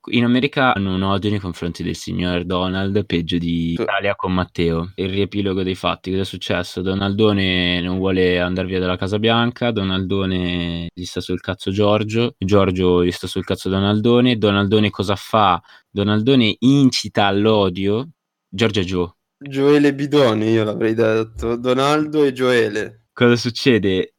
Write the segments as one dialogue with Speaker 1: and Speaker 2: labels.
Speaker 1: In America hanno un odio nei confronti del signor Donald, peggio di Italia con Matteo. Il riepilogo dei fatti, cosa è successo? Donaldone non vuole andare via dalla Casa Bianca, Donaldone gli sta sul cazzo Giorgio, Giorgio gli sta sul cazzo Donaldone, Donaldone cosa fa? Donaldone incita all'odio, Giorgio e Joe.
Speaker 2: Gioele Bidoni, io l'avrei detto. Donaldo e Gioele.
Speaker 1: Cosa succede?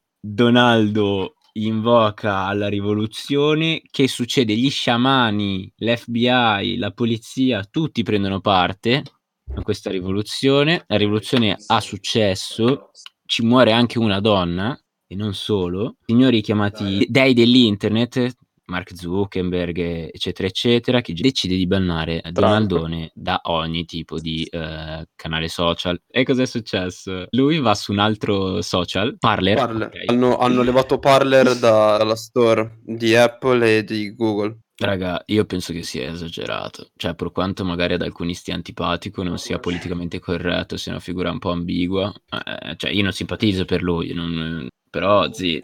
Speaker 1: Donaldo invoca alla rivoluzione. Che succede? Gli sciamani, l'FBI, la polizia, tutti prendono parte a questa rivoluzione. La rivoluzione ha successo, ci muore anche una donna e non solo. Signori chiamati dei dell'internet, Mark Zuckerberg, eccetera, eccetera, che decide di bannare Donaldone da ogni tipo di canale social. E cos'è successo? Lui va su un altro social, Parler.
Speaker 2: Parler.
Speaker 1: Ok.
Speaker 2: Hanno levato Parler dalla store di Apple e di Google.
Speaker 1: Raga, io penso che sia esagerato. Cioè, per quanto magari ad alcuni stia antipatico, non sia politicamente corretto, sia una figura un po' ambigua. Cioè, io non simpatizzo per lui, però, così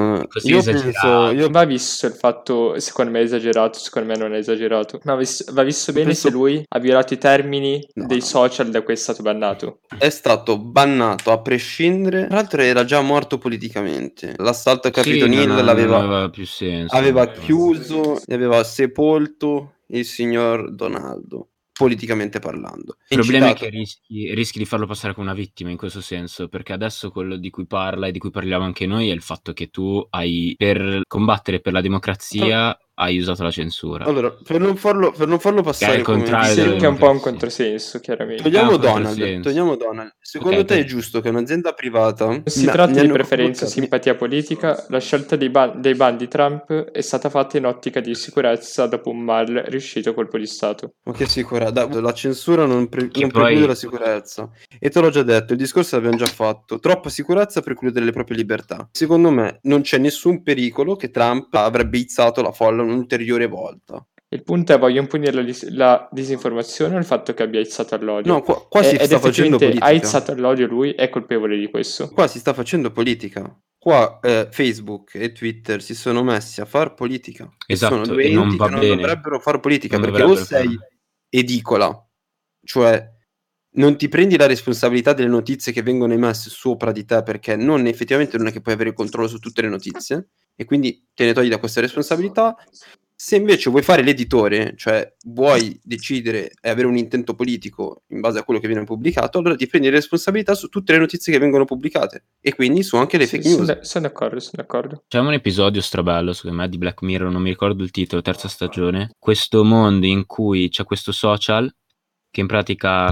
Speaker 2: Io penso.
Speaker 1: esagerato.
Speaker 3: Va visto il fatto, secondo me è esagerato, secondo me non è esagerato. Ma va visto bene se lui ha violato i termini dei social da cui è stato bannato.
Speaker 2: È stato bannato a prescindere. Tra l'altro era già morto politicamente. L'assalto a Capitol Hill
Speaker 1: non
Speaker 2: l'aveva
Speaker 1: aveva più senso.
Speaker 2: aveva chiuso e aveva sepolto il signor Donaldo, politicamente parlando.
Speaker 1: Il problema è
Speaker 2: Incitato.
Speaker 1: che rischi di farlo passare come una vittima in questo senso, perché adesso quello di cui parla e di cui parliamo anche noi è il fatto che tu hai, per combattere per la democrazia, hai usato la censura.
Speaker 2: Allora, per non farlo passare
Speaker 1: È il
Speaker 2: come
Speaker 1: contrario
Speaker 3: Sì,
Speaker 1: della
Speaker 3: che è un po' un
Speaker 1: democrazia.
Speaker 3: controsenso, chiaramente.
Speaker 2: Togliamo
Speaker 1: È un
Speaker 2: Donald.
Speaker 1: controsenso.
Speaker 2: Togliamo Donald. Secondo
Speaker 1: Ok,
Speaker 2: te è giusto che un'azienda privata
Speaker 3: Non si tratta di preferenza o simpatia politica, la scelta dei ban di Trump è stata fatta in ottica di sicurezza dopo un mal riuscito colpo di Stato.
Speaker 2: Ma che sicurezza? La censura non
Speaker 1: poi-
Speaker 2: preclude la sicurezza. E te l'ho già detto, il discorso l'abbiamo già fatto. Troppa sicurezza preclude le proprie libertà. Secondo me non c'è nessun pericolo che Trump avrebbe izzato la folla un'ulteriore volta.
Speaker 3: Il punto è, voglio punire la disinformazione o il fatto che abbia izzato all'odio?
Speaker 2: No, qua si
Speaker 3: Ed
Speaker 2: sta facendo
Speaker 3: effettivamente ha
Speaker 2: politica.
Speaker 3: izzato all'odio lui, è colpevole di questo.
Speaker 2: Qua si sta facendo politica. Qua Facebook e Twitter si sono messi a far politica. E
Speaker 1: Esatto,
Speaker 2: sono due
Speaker 1: e non
Speaker 2: enti
Speaker 1: va
Speaker 2: che non
Speaker 1: bene.
Speaker 2: dovrebbero far politica,
Speaker 1: Non
Speaker 2: perché o
Speaker 1: dovrebbero
Speaker 2: sei
Speaker 1: farlo.
Speaker 2: edicola, cioè non ti prendi la responsabilità delle notizie che vengono emesse sopra di te, perché effettivamente non è che puoi avere il controllo su tutte le notizie, e quindi te ne togli da questa responsabilità. Se invece vuoi fare l'editore, cioè vuoi decidere e avere un intento politico in base a quello che viene pubblicato, allora ti prendi le responsabilità su tutte le notizie che vengono pubblicate e quindi su anche le fake news.
Speaker 3: Sono d'accordo.
Speaker 1: C'è un episodio strabello, secondo me, di Black Mirror, non mi ricordo il titolo, terza stagione. Questo mondo in cui c'è questo social, che in pratica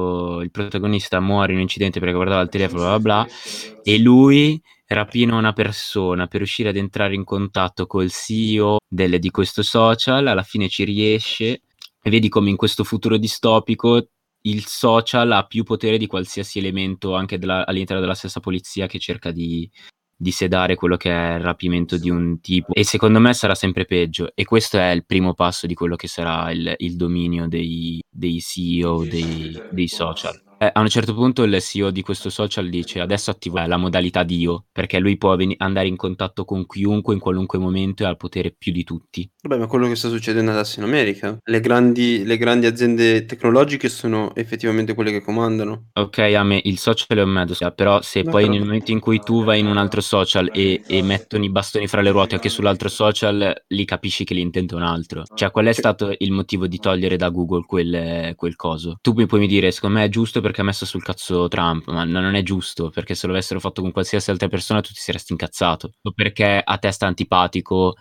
Speaker 1: il protagonista muore in un incidente perché guardava il telefono, bla bla bla, e lui rapina una persona per riuscire ad entrare in contatto col CEO di questo social, alla fine ci riesce, e vedi come in questo futuro distopico il social ha più potere di qualsiasi elemento anche all'interno della stessa polizia che cerca di sedare quello che è il rapimento di un tipo, e secondo me sarà sempre peggio, e questo è il primo passo di quello che sarà il dominio dei CEO dei social. A un certo punto il CEO di questo social dice: adesso attivo la modalità Dio, perché lui può andare in contatto con chiunque in qualunque momento e ha il potere più di tutti.
Speaker 2: Vabbè, ma quello che sta succedendo adesso in America, le grandi aziende tecnologiche sono effettivamente quelle che comandano.
Speaker 1: Ok, a me il social è un mezzo, però se
Speaker 2: No,
Speaker 1: poi
Speaker 2: però-
Speaker 1: nel momento in cui tu vai in un altro social e mettono i bastoni fra le ruote anche sull'altro social, lì capisci che l'intento è un altro. Cioè, qual è stato il motivo di togliere da Google quel coso? Tu mi puoi dire, secondo me è giusto perché ha messo sul cazzo Trump, ma non è giusto, perché se lo avessero fatto con qualsiasi altra persona tu ti saresti incazzato. O perché a te sta antipatico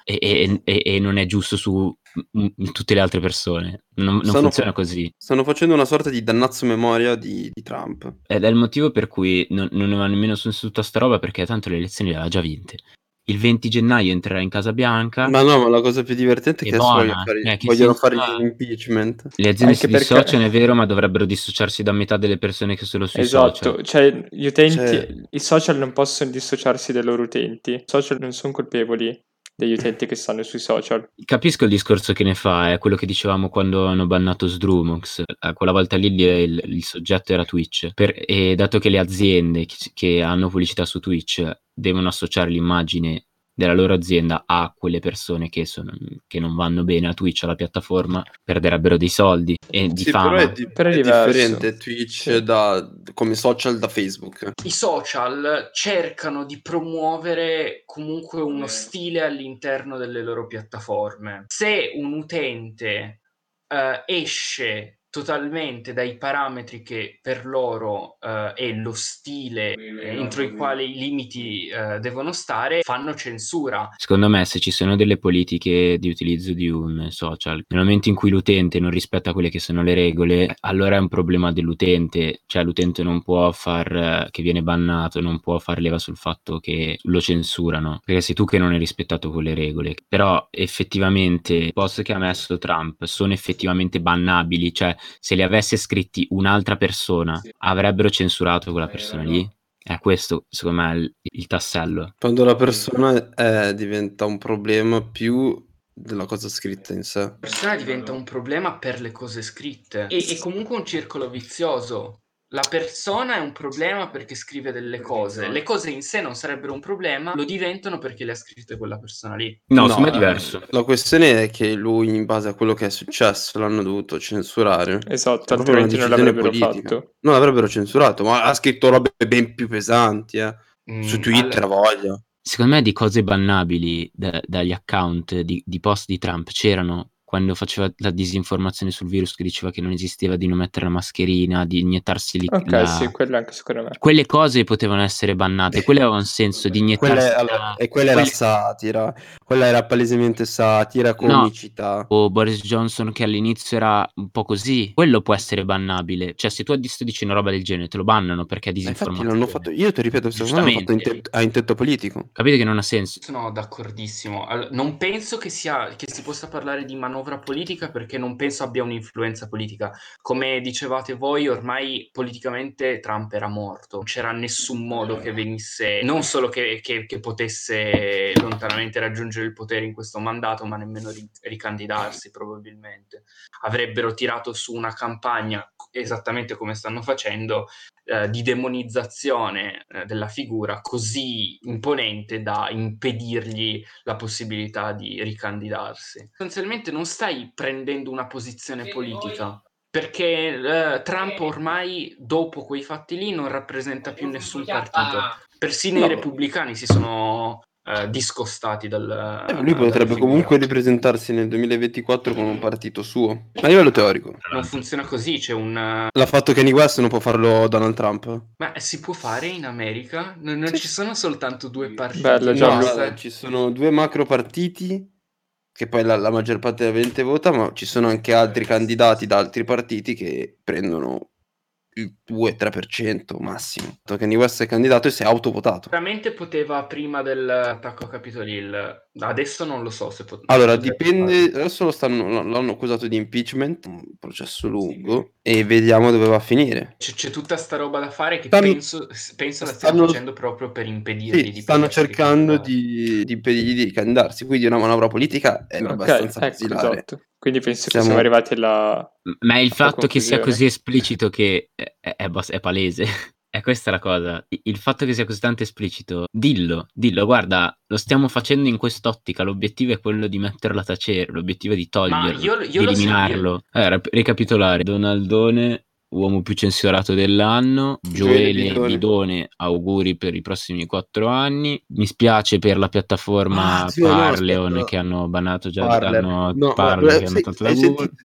Speaker 1: e non è giusto su tutte le altre persone. Non funziona così.
Speaker 2: Stanno facendo una sorta di dannazzo memoria di Trump.
Speaker 1: Ed è il motivo per cui non ne va nemmeno su tutta sta roba, perché tanto le elezioni le aveva già vinte. Il 20 gennaio entrerà in Casa Bianca.
Speaker 2: Ma no, ma la cosa più divertente è
Speaker 1: È
Speaker 2: che adesso
Speaker 1: buona, che
Speaker 2: vogliono
Speaker 1: senso
Speaker 2: fare
Speaker 1: ha?
Speaker 2: l'impeachment.
Speaker 1: Le aziende si
Speaker 3: Anche perché-
Speaker 1: dissociano, è vero, ma dovrebbero dissociarsi da metà delle persone che sono sui social.
Speaker 3: Esatto, cioè gli utenti,
Speaker 2: Cioè-
Speaker 3: i social non possono dissociarsi dai loro utenti, i social non sono colpevoli degli utenti che stanno sui social.
Speaker 1: Capisco il discorso che ne fa, è quello che dicevamo quando hanno bannato Sdrumox. Quella volta lì il soggetto era Twitch. E dato che le aziende che hanno pubblicità su Twitch devono associare l'immagine della loro azienda a quelle persone che non vanno bene a Twitch, alla piattaforma, perderebbero dei soldi e di
Speaker 2: Sì,
Speaker 1: fama.
Speaker 3: Però è
Speaker 2: è
Speaker 3: diverso.
Speaker 2: differente Twitch come social da Facebook.
Speaker 4: I social cercano di promuovere comunque uno stile all'interno delle loro piattaforme. Se un utente esce totalmente dai parametri che per loro è lo stile entro i quali i limiti devono stare, fanno censura.
Speaker 1: Secondo me, se ci sono delle politiche di utilizzo di un social, nel momento in cui l'utente non rispetta quelle che sono le regole, allora è un problema dell'utente, cioè l'utente non può che viene bannato, non può far leva sul fatto che lo censurano, perché sei tu che non hai rispettato quelle regole. Però effettivamente i post che ha messo Trump sono effettivamente bannabili, cioè se li avesse scritti un'altra persona avrebbero censurato quella persona lì. Questo secondo me è il tassello.
Speaker 2: Quando la persona diventa un problema più della cosa scritta in sé.
Speaker 4: La persona diventa un problema per le cose scritte. È comunque un circolo vizioso. La persona è un problema perché scrive delle cose. Le cose in sé non sarebbero un problema, lo diventano perché le ha scritte quella persona lì.
Speaker 1: No, secondo me è diverso.
Speaker 2: La questione è che lui, in base a quello che è successo, l'hanno dovuto censurare.
Speaker 3: Esatto,
Speaker 2: È proprio una
Speaker 3: altrimenti non
Speaker 2: decisione
Speaker 3: l'avrebbero
Speaker 2: politica.
Speaker 3: fatto.
Speaker 2: Non l'avrebbero censurato, ma ha scritto robe ben più pesanti, su Twitter, voglia.
Speaker 1: Secondo me di cose bannabili dagli account di post di Trump c'erano quando faceva la disinformazione sul virus, che diceva che non esisteva, di non mettere la mascherina, di iniettarsi
Speaker 3: sì, quelle anche secondo me.
Speaker 1: Quelle cose potevano essere bannate, quelle avevano senso, di iniettarsi
Speaker 2: quella era satira, quella era palesemente satira, comicità.
Speaker 1: O Boris Johnson che all'inizio era un po' così, quello può essere bannabile, cioè se tu dici una roba del genere te lo bannano perché è disinformazione.
Speaker 2: Infatti l'hanno fatto, io ti ripeto, secondo me l'hanno fatto a intento politico.
Speaker 1: Capite che non ha senso?
Speaker 4: Sono d'accordissimo. Non penso che si possa parlare di manovra politica, perché non penso abbia un'influenza politica. Come dicevate voi, ormai politicamente Trump era morto. Non c'era nessun modo che venisse, non solo che potesse lontanamente raggiungere il potere in questo mandato, ma nemmeno ricandidarsi probabilmente. Avrebbero tirato su una campagna, esattamente come stanno facendo, di demonizzazione della figura così imponente da impedirgli la possibilità di ricandidarsi. Sostanzialmente non stai prendendo una posizione politica, perché Trump ormai, dopo quei fatti lì, non rappresenta più nessun partito. Persino i repubblicani si sono discostati
Speaker 2: lui potrebbe comunque ripresentarsi nel 2024 con un partito suo, a livello teorico.
Speaker 4: Non funziona così, c'è un...
Speaker 2: L'ha fatto Kanye West, non può farlo Donald Trump?
Speaker 4: Ma si può fare in America? Non ci sono soltanto due partiti.
Speaker 3: Bello,
Speaker 2: ci sono due macro partiti che poi la maggior parte della gente vota, ma ci sono anche altri candidati da altri partiti che prendono il 2-3% massimo. Kanye West è candidato e si è autovotato.
Speaker 4: Sicuramente poteva prima dell'attacco a Capitol Hill. Adesso non lo so se
Speaker 2: allora dipende, adesso l'hanno accusato di impeachment, un processo lungo, e vediamo dove va a finire.
Speaker 4: C'è tutta sta roba da fare che penso la stiano facendo proprio per impedirgli di
Speaker 2: stanno cercando di impedirgli di candidarsi, quindi una manovra politica è abbastanza basilare.
Speaker 3: Esatto. Quindi penso che siamo arrivati alla...
Speaker 1: Ma il fatto che sia così esplicito che è palese. È questa la cosa. Il fatto che sia così tanto esplicito, dillo, guarda, lo stiamo facendo in quest'ottica, l'obiettivo è quello di metterlo a tacere, l'obiettivo è di toglierlo, di eliminarlo. Ricapitolare, Donaldone, uomo più censurato dell'anno, Gioele Bidone, auguri per i prossimi 4 anni. Mi spiace per la piattaforma Parleon che hanno bannato già, Parler che hanno tolto da Google.